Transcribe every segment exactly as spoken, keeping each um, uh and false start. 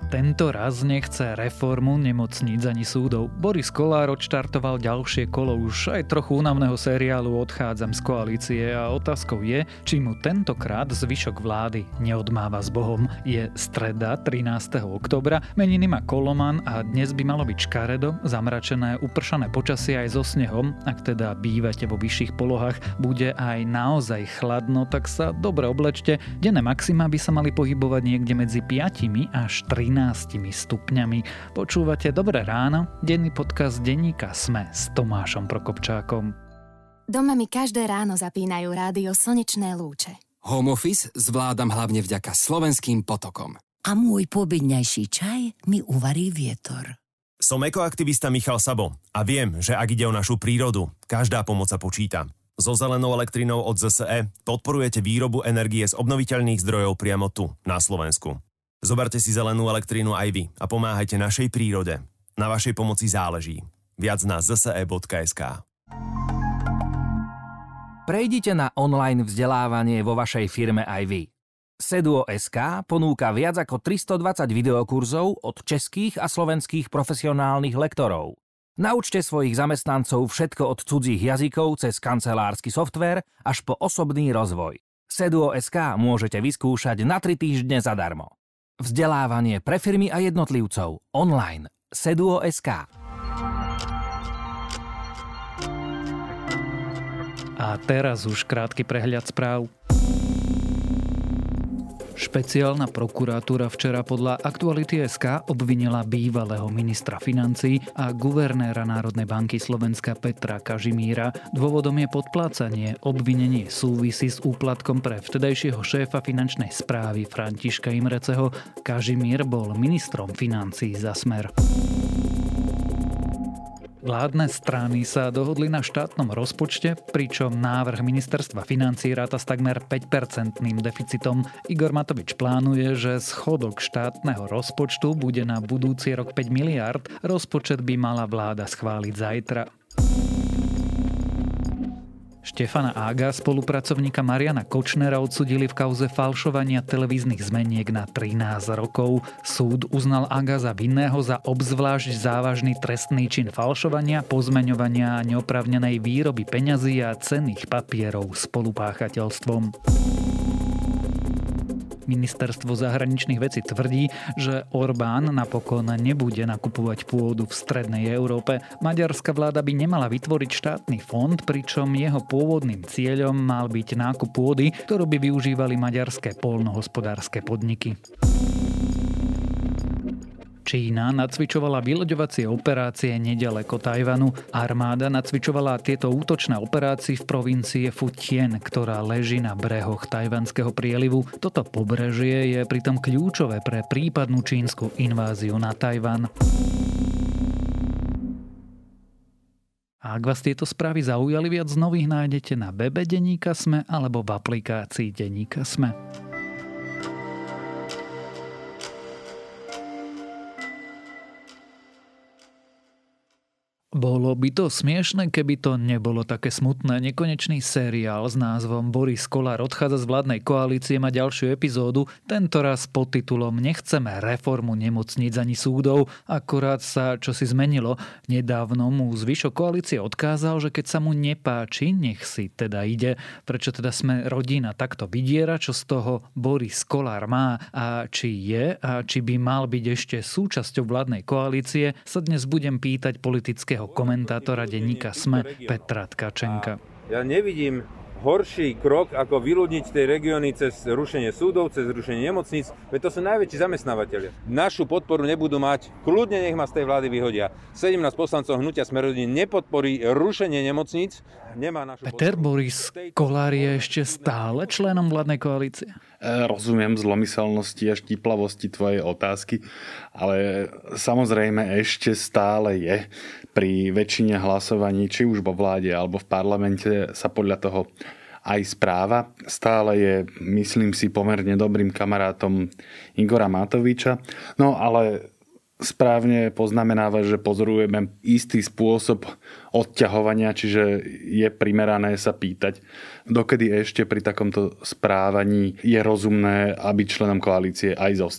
Tento raz nechce reformu nemocníc ani súdov. Boris Kollár odštartoval ďalšie kolo už aj trochu únavného seriálu Odchádzam z koalície a otázkou je, či mu tentokrát zvyšok vlády neodmáva s Bohom. Je streda trinásteho októbra, meniny má Koloman a dnes by malo byť škaredo, zamračené, upršané počasie aj so snehom. Ak teda bývate vo vyšších polohách, bude aj naozaj chladno, tak sa dobre oblečte. Denné maxima by sa mali pohybovať niekde medzi piatimi až trinástimi stupňami. Počúvate Dobré ráno, denný podcast denníka SME s Tomášom Prokopčákom. Doma mi každé ráno zapínajú rádio Slnečné lúče. Home office zvládam hlavne vďaka Slovenským potokom. A môj poobedňajší čaj mi uvarí vietor. Som ekoaktivista Michal Sabo a viem, že ak ide o našu prírodu, každá pomoc sa počíta. So zelenou elektrinou od zet es é podporujete výrobu energie z obnoviteľných zdrojov priamo tu, na Slovensku. Zoberte si zelenú elektrínu aj vy a pomáhajte našej prírode. Na vašej pomoci záleží. Viac na zet es é bodka es ká. Prejdite na online vzdelávanie vo vašej firme aj vy. Seduo bodka es ká ponúka viac ako tristodvadsať videokurzov od českých a slovenských profesionálnych lektorov. Naučte svojich zamestnancov všetko od cudzích jazykov cez kancelársky softvér až po osobný rozvoj. Seduo bodka es ká môžete vyskúšať na tri týždne zadarmo. Vzdelávanie pre firmy a jednotlivcov. Online. Seduo bodka es ká. A teraz už krátky prehľad správ. Špeciálna prokuratúra včera podľa Aktuality bodka es ká obvinila bývalého ministra financií a guvernéra Národnej banky Slovenska Petra Kažimíra. Dôvodom je podplácanie. Obvinenie súvisí s úplatkom pre vtedajšieho šéfa finančnej správy Františka Imreceho. Kažimír bol ministrom financií za Smer. Vládne strany sa dohodli na štátnom rozpočte, pričom návrh ministerstva financií ráta s takmer päťpercentným deficitom. Igor Matovič plánuje, že schodok štátneho rozpočtu bude na budúci rok päť miliárd. Rozpočet by mala vláda schváliť zajtra. Štefana Ága, spolupracovníka Mariana Kočnera, odsúdili v kauze falšovania televíznych zmeniek na trinásť rokov. Súd uznal Ága za vinného za obzvlášť závažný trestný čin falšovania, pozmeňovania a neoprávnenej výroby peňazí a cenných papierov spolupáchateľstvom. Ministerstvo zahraničných vecí tvrdí, že Orbán napokon nebude nakupovať pôdu v strednej Európe. Maďarská vláda by nemala vytvoriť štátny fond, pričom jeho pôvodným cieľom mal byť nákup pôdy, ktorú by využívali maďarské poľnohospodárske podniky. Čína nacvičovala vyloďovacie operácie neďaleko Tajvanu. Armáda nacvičovala tieto útočné operácie v provincii Futien, ktorá leží na brehoch Tajvanského prielivu. Toto pobrežie je pritom kľúčové pre prípadnú čínsku inváziu na Tajvan. A ak vás tieto správy zaujali, viac nových nájdete na webe denníka SME alebo v aplikácii denníka SME. Bolo by to smiešne, keby to nebolo také smutné. Nekonečný seriál s názvom Boris Kollár odchádza z vládnej koalície má ďalšiu epizódu, tentoraz pod titulom Nechceme reformu nemocníc ani súdov. Akurát sa čosi zmenilo. Nedávno mu zvyšok koalície odkázal, že keď sa mu nepáči, nech si teda ide. Prečo teda sme rodina takto vydiera, čo z toho Boris Kollár má a či je a či by mal byť ešte súčasťou vládnej koalície, sa dnes budem pýtať politického komentátora denníka SME Petra Tkačenka. Ja nevidím horší krok, ako vyľudniť tej regióny cez rušenie súdov, cez rušenie nemocníc, veď to sú najväčší zamestnávateľia. Našu podporu nebudú mať, kľudne nech ma z tej vlády vyhodia. sedemnásť poslancov hnutia Sme rodina nepodporí rušenie nemocníc, nemá našu Peter, podporu. Boris Kollár je ešte stále členom vládnej koalície? Rozumiem zlomyselnosti a štíplavosti tvojej otázky, ale samozrejme ešte stále je. Pri väčšine hlasovaní, či už vo vláde alebo v parlamente, sa podľa toho aj správa. Stále je, myslím si, pomerne dobrým kamarátom Igora Matoviča. No ale správne poznamenáva, že pozorujeme istý spôsob odťahovania, čiže je primerané sa pýtať, dokedy ešte pri takomto správaní je rozumné, aby členom koalície aj zostal.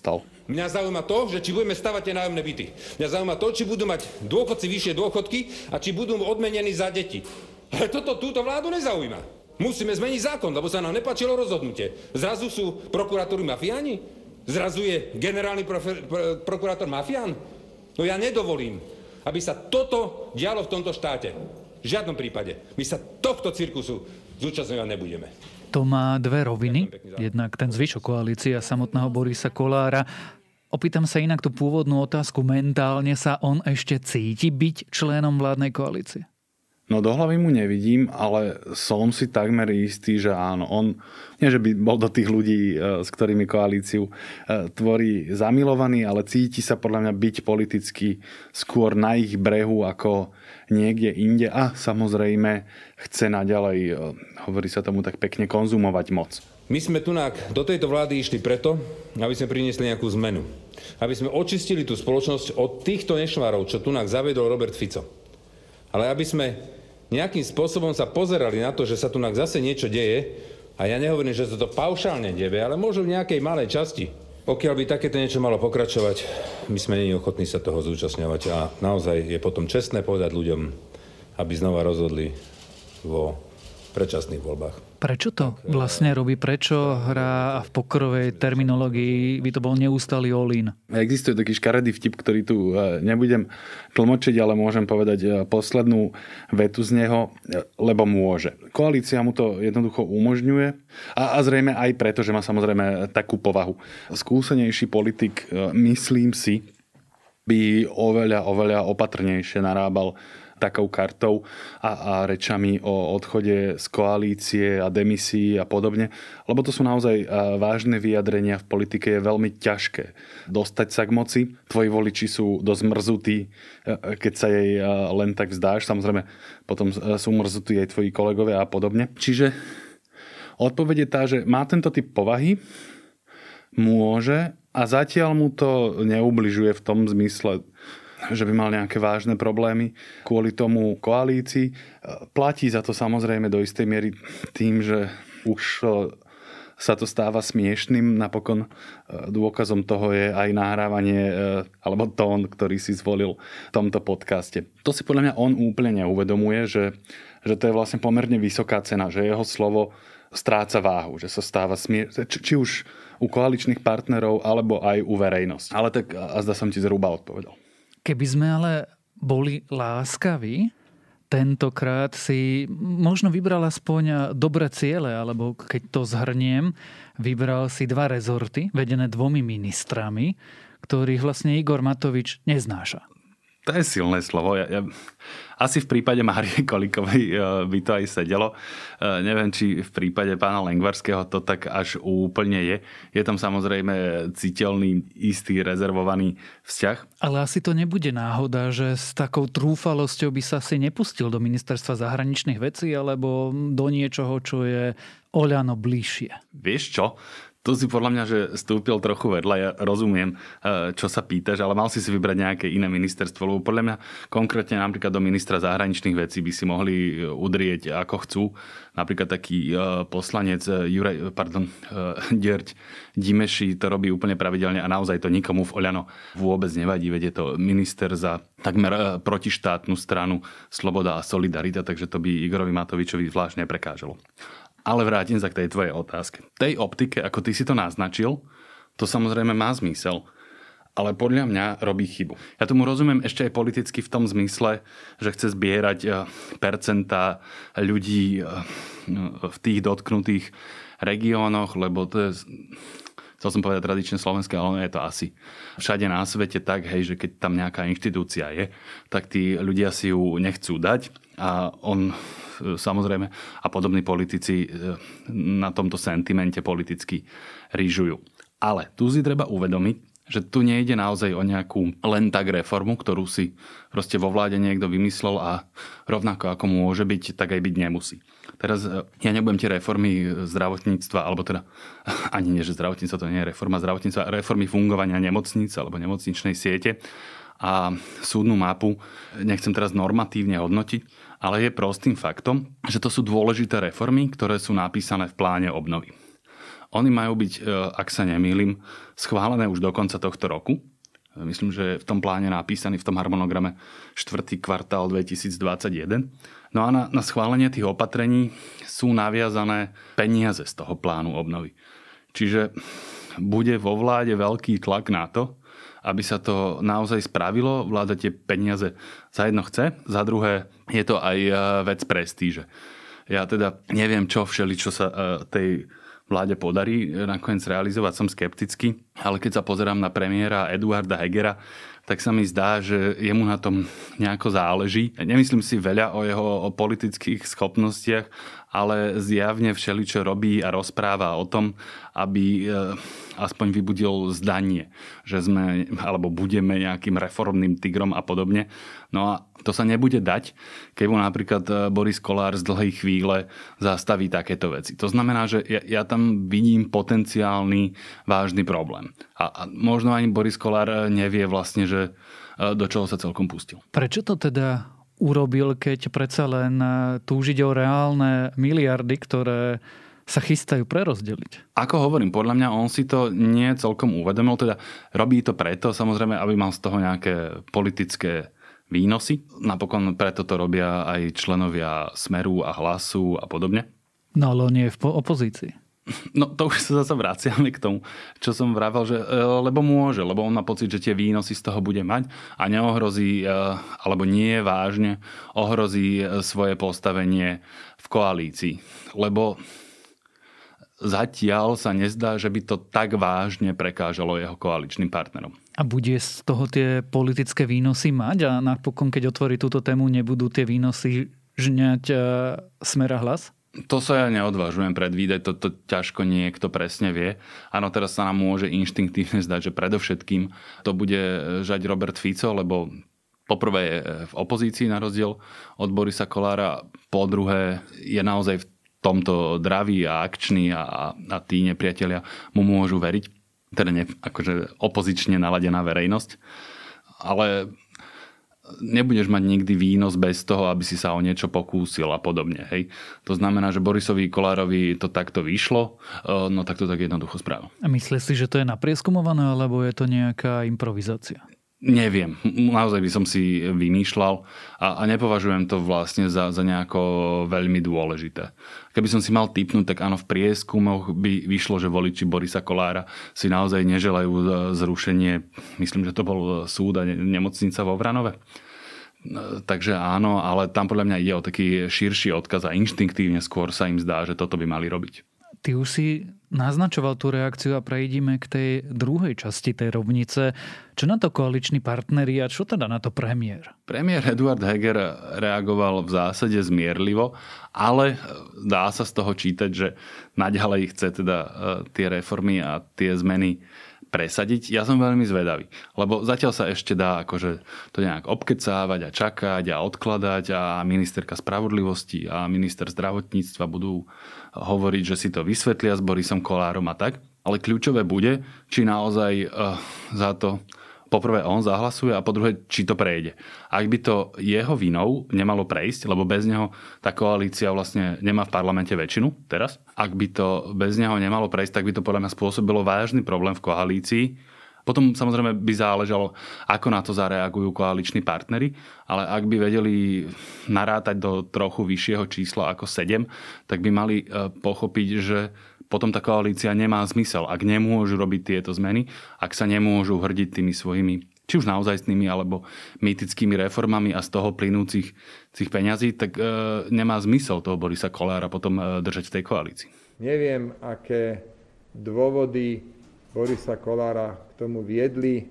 Mňa zaujíma to, že či budeme stavať tie nájomné byty. Mňa zaujíma to, či budú mať dôchodci vyššie dôchodky a či budú odmenení za deti. Ale toto túto vládu nezaujíma. Musíme zmeniť zákon, lebo sa nám nepáčilo rozhodnutie. Zrazu sú prokurátori mafiáni? Zrazu je generálny profe- pro- prokurátor mafián? No ja nedovolím, aby sa toto dialo v tomto štáte. V žiadnom prípade. My sa tohto cirkusu zúčastňovať nebudeme. To má dve roviny. Jednak ten zvyšok koalície a samotného Borisa Kollára. Opýtam sa inak tú pôvodnú otázku. Mentálne sa on ešte cíti byť členom vládnej koalície? No do hlavy mu nevidím, ale som si takmer istý, že áno. On, nie že by bol do tých ľudí, s ktorými koalíciu tvorí, zamilovaný, ale cíti sa podľa mňa byť politicky skôr na ich brehu ako niekde inde a samozrejme chce naďalej, hovorí sa tomu tak pekne, konzumovať moc. My sme tu do tejto vlády išli preto, aby sme priniesli nejakú zmenu. Aby sme očistili tú spoločnosť od týchto nešvarov, čo tu zaviedol Robert Fico. Ale aby sme nejakým spôsobom sa pozerali na to, že sa tu zase niečo deje, a ja nehovorím, že sa to paušálne deje, ale možno v nejakej malej časti. Pokiaľ by takéto niečo malo pokračovať, my sme nie ochotní sa toho zúčastňovať a naozaj je potom čestné povedať ľuďom, aby znova rozhodli vo predčasných voľbách. Prečo to vlastne robí? Prečo hrá v pokerovej terminológii by to bol neustály all-in? Existuje taký škaredý vtip, ktorý tu nebudem tlmočiť, ale môžem povedať poslednú vetu z neho, lebo môže. Koalícia mu to jednoducho umožňuje a, a zrejme aj preto, že má samozrejme takú povahu. Skúsenejší politik, myslím si, by oveľa, oveľa opatrnejšie narábal takou kartou a, a rečami o odchode z koalície a demisii a podobne. Lebo to sú naozaj vážne vyjadrenia v politike. Je veľmi ťažké dostať sa k moci. Tvoji voliči sú dosť mrzutí, keď sa jej len tak vzdáš. Samozrejme, potom sú mrzutí aj tvoji kolegovia a podobne. Čiže odpoveď je tá, že má tento typ povahy, môže a zatiaľ mu to neubližuje v tom zmysle, že by mal nejaké vážne problémy kvôli tomu koalícii. Platí za to samozrejme do istej miery tým, že už sa to stáva smiešným. Napokon dôkazom toho je aj nahrávanie alebo tón, ktorý si zvolil v tomto podcaste. To si podľa mňa on úplne neuvedomuje, že, že to je vlastne pomerne vysoká cena, že jeho slovo stráca váhu, že sa stáva smiešný, či, či už u koaličných partnerov alebo aj u verejnosti. Ale tak azda som ti zhruba odpovedal. Keby sme ale boli láskaví, tentokrát si možno vybral aspoň dobré ciele, alebo keď to zhrniem, vybral si dva rezorty, vedené dvomi ministrami, ktorých vlastne Igor Matovič neznáša. To je silné slovo. Ja, ja, asi v prípade Márie Kolíkovej by to aj sedelo. Neviem, či v prípade pána Lengvarského to tak až úplne je. Je tam samozrejme citeľný, istý, rezervovaný vzťah. Ale asi to nebude náhoda, že s takou trúfalosťou by sa si nepustil do ministerstva zahraničných vecí alebo do niečoho, čo je Oľano bližšie. Vieš čo? Tu si podľa mňa, že stúpil trochu vedľa, ja rozumiem, čo sa pýtaš, ale mal si si vybrať nejaké iné ministerstvo, lebo podľa mňa konkrétne napríklad do ministra zahraničných vecí by si mohli udrieť ako chcú. Napríklad taký poslanec Juraj, pardon, Ďurť Dimeši to robí úplne pravidelne a naozaj to nikomu v Oľano vôbec nevadí, veď je to minister za takmer protištátnu stranu Sloboda a Solidarita, takže to by Igorovi Matovičovi zvlášť neprekážalo. Ale vrátim sa k tej tvojej otázke. V tej optike, ako ty si to naznačil, to samozrejme má zmysel, ale podľa mňa robí chybu. Ja tomu rozumiem ešte aj politicky v tom zmysle, že chce zbierať percentá ľudí v tých dotknutých regiónoch, lebo to je, chcel som povedať tradične slovenské, ale je to asi všade na svete tak, hej, že keď tam nejaká inštitúcia je, tak tí ľudia si ju nechcú dať a on samozrejme a podobní politici na tomto sentimente politicky rýžujú. Ale tu si treba uvedomiť, že tu nejde naozaj o nejakú len tak reformu, ktorú si proste vo vláde niekto vymyslel a rovnako ako môže byť, tak aj byť nemusí. Teraz ja nebudem tie reformy zdravotníctva, alebo teda ani nie, že zdravotníctvo to nie je reforma zdravotníctva, reformy fungovania nemocnic alebo nemocničnej siete a súdnu mapu nechcem teraz normatívne hodnotiť, ale je prostým faktom, že to sú dôležité reformy, ktoré sú napísané v pláne obnovy. Oni majú byť, ak sa nemýlim, schválené už do konca tohto roku. Myslím, že v tom pláne napísaný, v tom harmonograme štvrtý kvartál dvetisícdvadsaťjeden. No a na, na schválenie tých opatrení sú naviazané peniaze z toho plánu obnovy. Čiže bude vo vláde veľký tlak na to, aby sa to naozaj spravilo. Vláda tie peniaze za jedno chce, za druhé je to aj vec prestíže. Ja teda neviem, čo všeli, čo sa tej vláde podarí nakoniec realizovať, som skeptický, ale keď sa pozerám na premiéra Eduarda Hegera, tak sa mi zdá, že jemu na tom nejako záleží. Nemyslím si veľa o jeho o politických schopnostiach, ale zjavne všeličo robí a rozpráva o tom, aby aspoň vybudil zdanie, že sme, alebo budeme nejakým reformným tigrom a podobne. No a to sa nebude dať, keď mu napríklad Boris Kollár z dlhej chvíle zastaví takéto veci. To znamená, že ja, ja tam vidím potenciálny vážny problém. A, a možno ani Boris Kollár nevie vlastne, že do čoho sa celkom pustil. Prečo to teda urobil, keď predsa len túžiť o reálne miliardy, ktoré sa chystajú prerozdeliť? Ako hovorím, podľa mňa on si to nie celkom uvedomil, teda robí to preto, samozrejme, aby mal z toho nejaké politické výnosy. Napokon preto to robia aj členovia Smeru a Hlasu a podobne. No ale on nie je v opozícii. No to už sa zase vraciame k tomu, čo som vravel, že lebo môže, lebo on má pocit, že tie výnosy z toho bude mať a neohrozí, alebo nie vážne ohrozí svoje postavenie v koalícii. Lebo zatiaľ sa nezdá, že by to tak vážne prekážalo jeho koaličným partnerom. A bude z toho tie politické výnosy mať? A napokon, keď otvorí túto tému, nebudú tie výnosy žňať Smer a Hlas? To sa ja neodvážujem predvídať, to, to ťažko niekto presne vie. Áno, teraz sa nám môže inštinktívne zdať, že predovšetkým to bude žať Robert Fico, lebo poprvé je v opozícii na rozdiel od Borisa Kollára, po druhé je naozaj v tomto dravý a akčný a, a tí nepriatelia mu môžu veriť. Teda ne, akože opozične naladená verejnosť. Ale nebudeš mať nikdy výnos bez toho, aby si sa o niečo pokúsil a podobne. Hej. To znamená, že Borisovi Kollárovi to takto vyšlo, no tak to tak jednoducho spravil. A myslíš si, že to je naprieskumované, alebo je to nejaká improvizácia? Neviem. Naozaj by som si vymýšľal a, a nepovažujem to vlastne za, za nejako veľmi dôležité. Keby som si mal tipnúť, tak áno, v prieskumoch by vyšlo, že voliči Borisa Kollára si naozaj neželajú zrušenie, myslím, že to bol súd a nemocnica vo Vranove. Takže áno, ale tam podľa mňa ide o taký širší odkaz a inštinktívne skôr sa im zdá, že toto by mali robiť. Ty už si naznačoval tú reakciu a prejdime k tej druhej časti tej rovnice. Čo na to koaliční partneri a čo teda na to premiér? Premiér Eduard Heger reagoval v zásade zmierlivo, ale dá sa z toho čítať, že naďalej chce teda tie reformy a tie zmeny presadiť. Ja som veľmi zvedavý, lebo zatiaľ sa ešte dá akože to nejak obkecávať a čakať a odkladať a ministerka spravodlivosti a minister zdravotníctva budú hovoriť, že si to vysvetlia s Borisom Kollárom a tak. Ale kľúčové bude, či naozaj uh, za to poprvé on zahlasuje a po druhé, či to prejde. Ak by to jeho vinou nemalo prejsť, lebo bez neho tá koalícia vlastne nemá v parlamente väčšinu teraz, ak by to bez neho nemalo prejsť, tak by to podľa mňa spôsobilo vážny problém v koalícii. Potom samozrejme by záležalo, ako na to zareagujú koaliční partneri, ale ak by vedeli narátať do trochu vyššieho čísla ako sedem, tak by mali pochopiť, že potom tá koalícia nemá zmysel, ak nemôžu robiť tieto zmeny, ak sa nemôžu hrdiť tými svojimi, či už naozajstnými, alebo mýtickými reformami a z toho plynúcich tých peňazí, tak e, nemá zmysel toho Borisa Kollára potom e, držať v tej koalícii. Neviem, aké dôvody Borisa Kollára k tomu viedli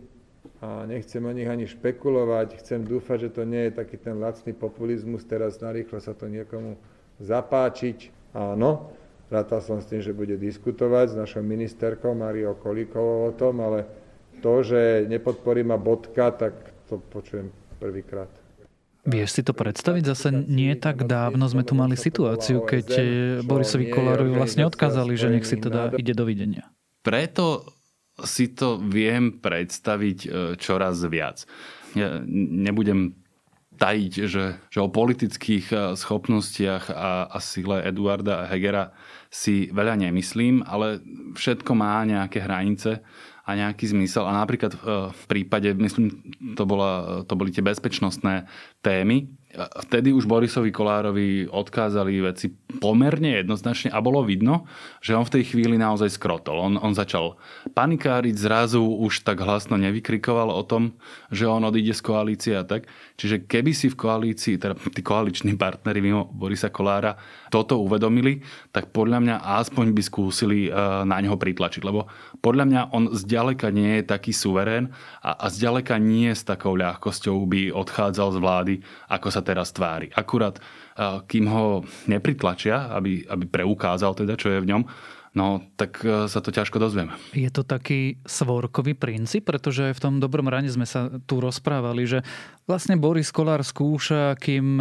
a nechcem o nich ani špekulovať. Chcem dúfať, že to nie je taký ten lacný populizmus, teraz narýchlo sa to niekomu zapáčiť. Áno, rátal som s tým, že bude diskutovať s našou ministerkou Máriou Kolíkovou o tom, ale to, že nepodporí ma bodka, tak to počujem prvýkrát. Vieš si to predstaviť? Zase nie tak dávno sme tu mali situáciu, keď Borisovi Kollárovi vlastne odkázali, že nech si teda ide dovidenia. Preto si to viem predstaviť čoraz viac. Ja nebudem tajiť, že, že o politických schopnostiach a, a sile Eduarda Hegera si veľa nemyslím, ale všetko má nejaké hranice a nejaký zmysel. A napríklad v prípade, myslím, to, bola, to boli tie bezpečnostné témy, vtedy už Borisovi Kollárovi odkázali veci pomerne jednoznačne a bolo vidno, že on v tej chvíli naozaj skrotol. On, on začal panikáriť, zrazu už tak hlasno nevykrikoval o tom, že on odíde z koalície a tak. Čiže keby si v koalícii, teda tí koaliční partneri mimo Borisa Kollára toto uvedomili, tak podľa mňa aspoň by skúsili na ňoho pritlačiť. Lebo podľa mňa on zďaleka nie je taký suverén a, a zďaleka nie s takou ľahkosťou by odchádzal z vlády, ako sa teraz tvári. Akurát, kým ho nepritlačia, aby, aby preukázal teda, čo je v ňom, no tak sa to ťažko dozvieme. Je to taký svorkový princíp, pretože v tom Dobrom ráne sme sa tu rozprávali, že vlastne Boris Kollár skúša, kým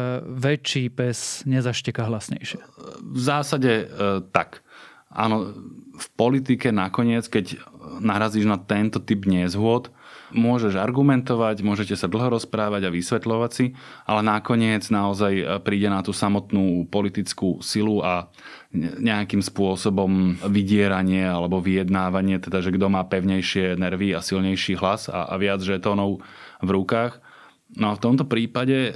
väčší pes nezašteka hlasnejšie. V zásade tak. Áno, v politike nakoniec, keď narazíš na tento typ nezhôd, môžeš argumentovať, môžete sa dlho rozprávať a vysvetľovať si, ale nakoniec naozaj príde na tú samotnú politickú silu a nejakým spôsobom vydieranie alebo vyjednávanie, teda že kto má pevnejšie nervy a silnejší hlas a, a viac žetónov v rukách. No a v tomto prípade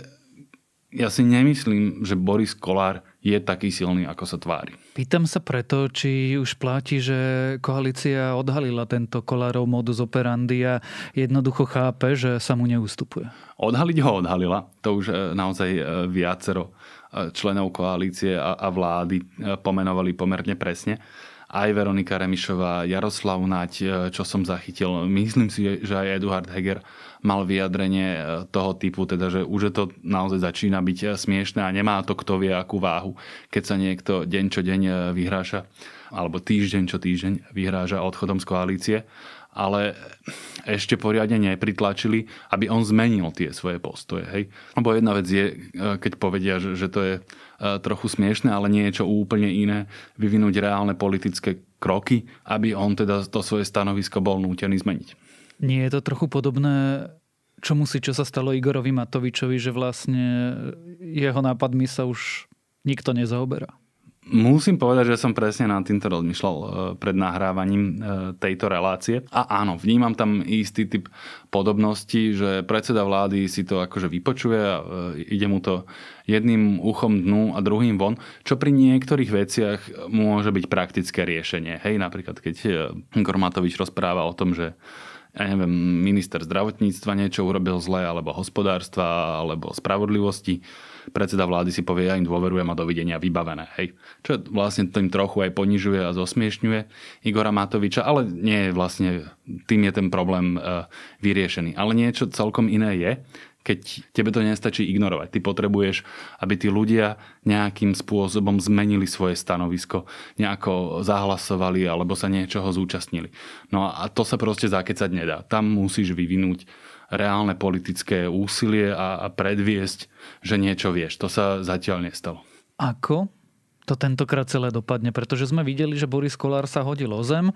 ja si nemyslím, že Boris Kollár je taký silný, ako sa tvári. Pýtam sa preto, či už platí, že koalícia odhalila tento Kollárov modus operandi a jednoducho chápe, že sa mu neustupuje. Odhaliť ho odhalila. To už naozaj viacero členov koalície a vlády pomenovali pomerne presne. Aj Veronika Remišová, Jaroslav Naď, čo som zachytil. Myslím si, že aj Eduard Heger mal vyjadrenie toho typu, teda, že už to naozaj začína byť smiešné a nemá to kto vie akú váhu, keď sa niekto deň čo deň vyhráža, alebo týždeň čo týždeň vyhráža odchodom z koalície. Ale ešte poriadne nepritlačili, aby on zmenil tie svoje postoje. Hej? Lebo jedna vec je, keď povedia, že, že to je trochu smiešné, ale niečo úplne iné, vyvinúť reálne politické kroky, aby on teda to svoje stanovisko bol nútený zmeniť. Nie je to trochu podobné čomu si, čo sa stalo Igorovi Matovičovi, že vlastne jeho nápadmi sa už nikto nezaoberá? Musím povedať, že som presne nad týmto rozmýšľal pred nahrávaním tejto relácie. A áno, vnímam tam istý typ podobnosti, že predseda vlády si to akože vypočuje a ide mu to jedným uchom dnu a druhým von, čo pri niektorých veciach môže byť praktické riešenie. Hej, napríklad keď Igor Matovič rozpráva o tom, že ja neviem, minister zdravotníctva niečo urobil zle, alebo hospodárstva, alebo spravodlivosti. Predseda vlády si povie, ja im dôverujem a dovidenia, vybavené. Hej. Čo vlastne tým trochu aj ponižuje a zosmiešňuje Igora Matoviča, ale nie je vlastne, tým je ten problém uh, vyriešený. Ale niečo celkom iné je, keď tebe to nestačí ignorovať. Ty potrebuješ, aby tí ľudia nejakým spôsobom zmenili svoje stanovisko, nejako zahlasovali alebo sa niečoho zúčastnili. No a to sa proste zakecať nedá. Tam musíš vyvinúť reálne politické úsilie a, a predviesť, že niečo vieš. To sa zatiaľ nestalo. Ako to tentokrát celé dopadne? Pretože sme videli, že Boris Kollár sa hodil o zem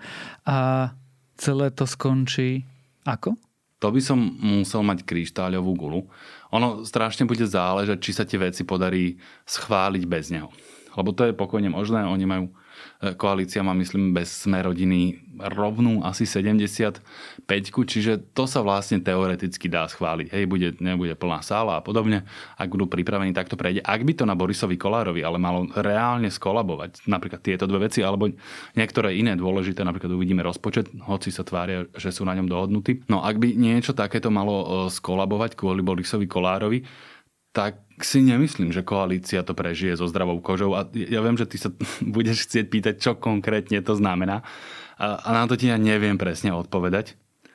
a celé to skončí ako? To by som musel mať kryštáľovú gulu. Ono strašne bude záležať, či sa tie veci podarí schváliť bez neho. Lebo to je pokojne možné. Oni majú, koalícia má, myslím, bez Sme rodiny rovnú asi sedemdesiatpäť, čiže to sa vlastne teoreticky dá schváliť. Hej, bude, nebude plná sála a podobne. Ak budú pripravení, tak to prejde. Ak by to na Borisovi Kollárovi ale malo reálne skolabovať, napríklad tieto dve veci, alebo niektoré iné dôležité, napríklad uvidíme rozpočet, hoci sa tvária, že sú na ňom dohodnutí. No ak by niečo takéto malo skolabovať kvôli Borisovi Kollárovi, tak si nemyslím, že koalícia to prežije so zdravou kožou. A ja viem, že ty sa budeš chcieť pýtať, čo konkrétne to znamená. A na to ti ja neviem presne odpovedať.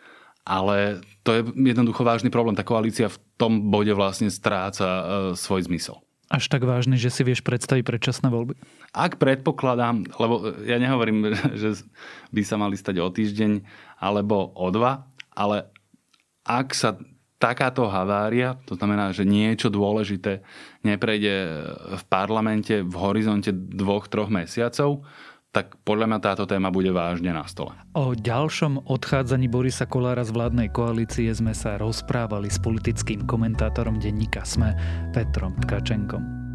Ale to je jednoducho vážny problém. Tá koalícia v tom bode vlastne stráca svoj zmysel. Až tak vážny, že si vieš predstaviť predčasné voľby? Ak predpokladám, lebo ja nehovorím, že by sa mali stať o týždeň alebo o dva, ale ak sa takáto havária, to znamená, že niečo dôležité neprejde v parlamente v horizonte dvoch, troch mesiacov, tak podľa mňa táto téma bude vážne na stole. O ďalšom odchádzaní Borisa Kollára z vládnej koalície sme sa rozprávali s politickým komentátorom denníka SME Petrom Tkačenkom.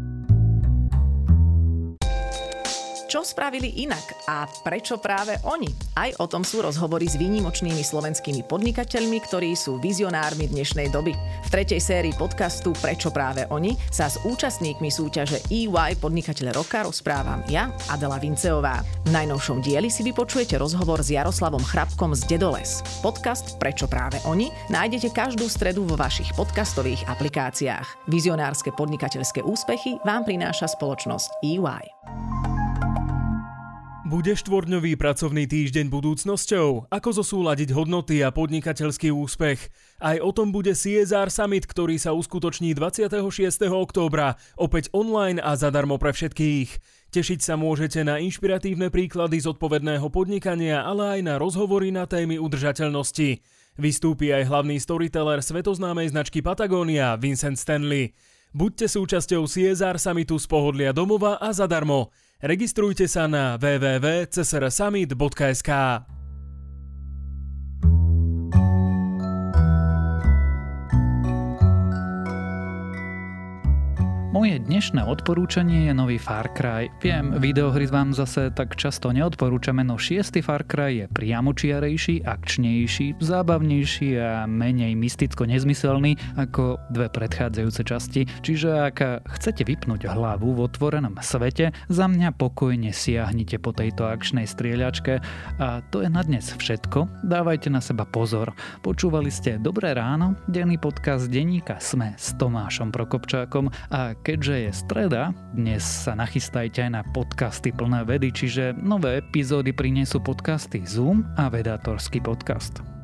Čo spravili inak a prečo práve oni? Aj o tom sú rozhovory s výnimočnými slovenskými podnikateľmi, ktorí sú vizionármi dnešnej doby. V tretej sérii podcastu Prečo práve oni sa s účastníkmi súťaže é vaj Podnikateľ roka rozprávam ja, Adela Vinceová. V najnovšom dieli si vypočujete rozhovor s Jaroslavom Chrapkom z Dedoles. Podcast Prečo práve oni nájdete každú stredu vo vašich podcastových aplikáciách. Vizionárske podnikateľské úspechy vám prináša spoločnosť é vaj. Bude štvorňový pracovný týždeň budúcnosťou? Ako zosúladiť hodnoty a podnikateľský úspech? Aj o tom bude C S R Summit, ktorý sa uskutoční dvadsiateho šiesteho októbra, opäť online a zadarmo pre všetkých. Tešiť sa môžete na inšpiratívne príklady zodpovedného podnikania, ale aj na rozhovory na témy udržateľnosti. Vystúpi aj hlavný storyteller svetoznámej značky Patagonia, Vincent Stanley. Buďte súčasťou C S R Summitu z pohodlia domova a zadarmo. Registrujte sa na w w w bodka c s r summit bodka s k. Moje dnešné odporúčanie je nový Far Cry. Viem, videohry vám zase tak často neodporúčame, no šiesty Far Cry je priamočiarejší, akčnejší, zábavnejší a menej mysticko nezmyselný ako dve predchádzajúce časti. Čiže ak chcete vypnúť hlavu v otvorenom svete, za mňa pokojne siahnite po tejto akčnej strieľačke. A to je na dnes všetko. Dávajte na seba pozor. Počúvali ste Dobré ráno, denný podcast denníka SME s Tomášom Prokopčákom a keďže je streda, dnes sa nachystajte aj na podcasty plné vedy, čiže nové epizódy prinesú podcasty Zoom a Vedátorský podcast.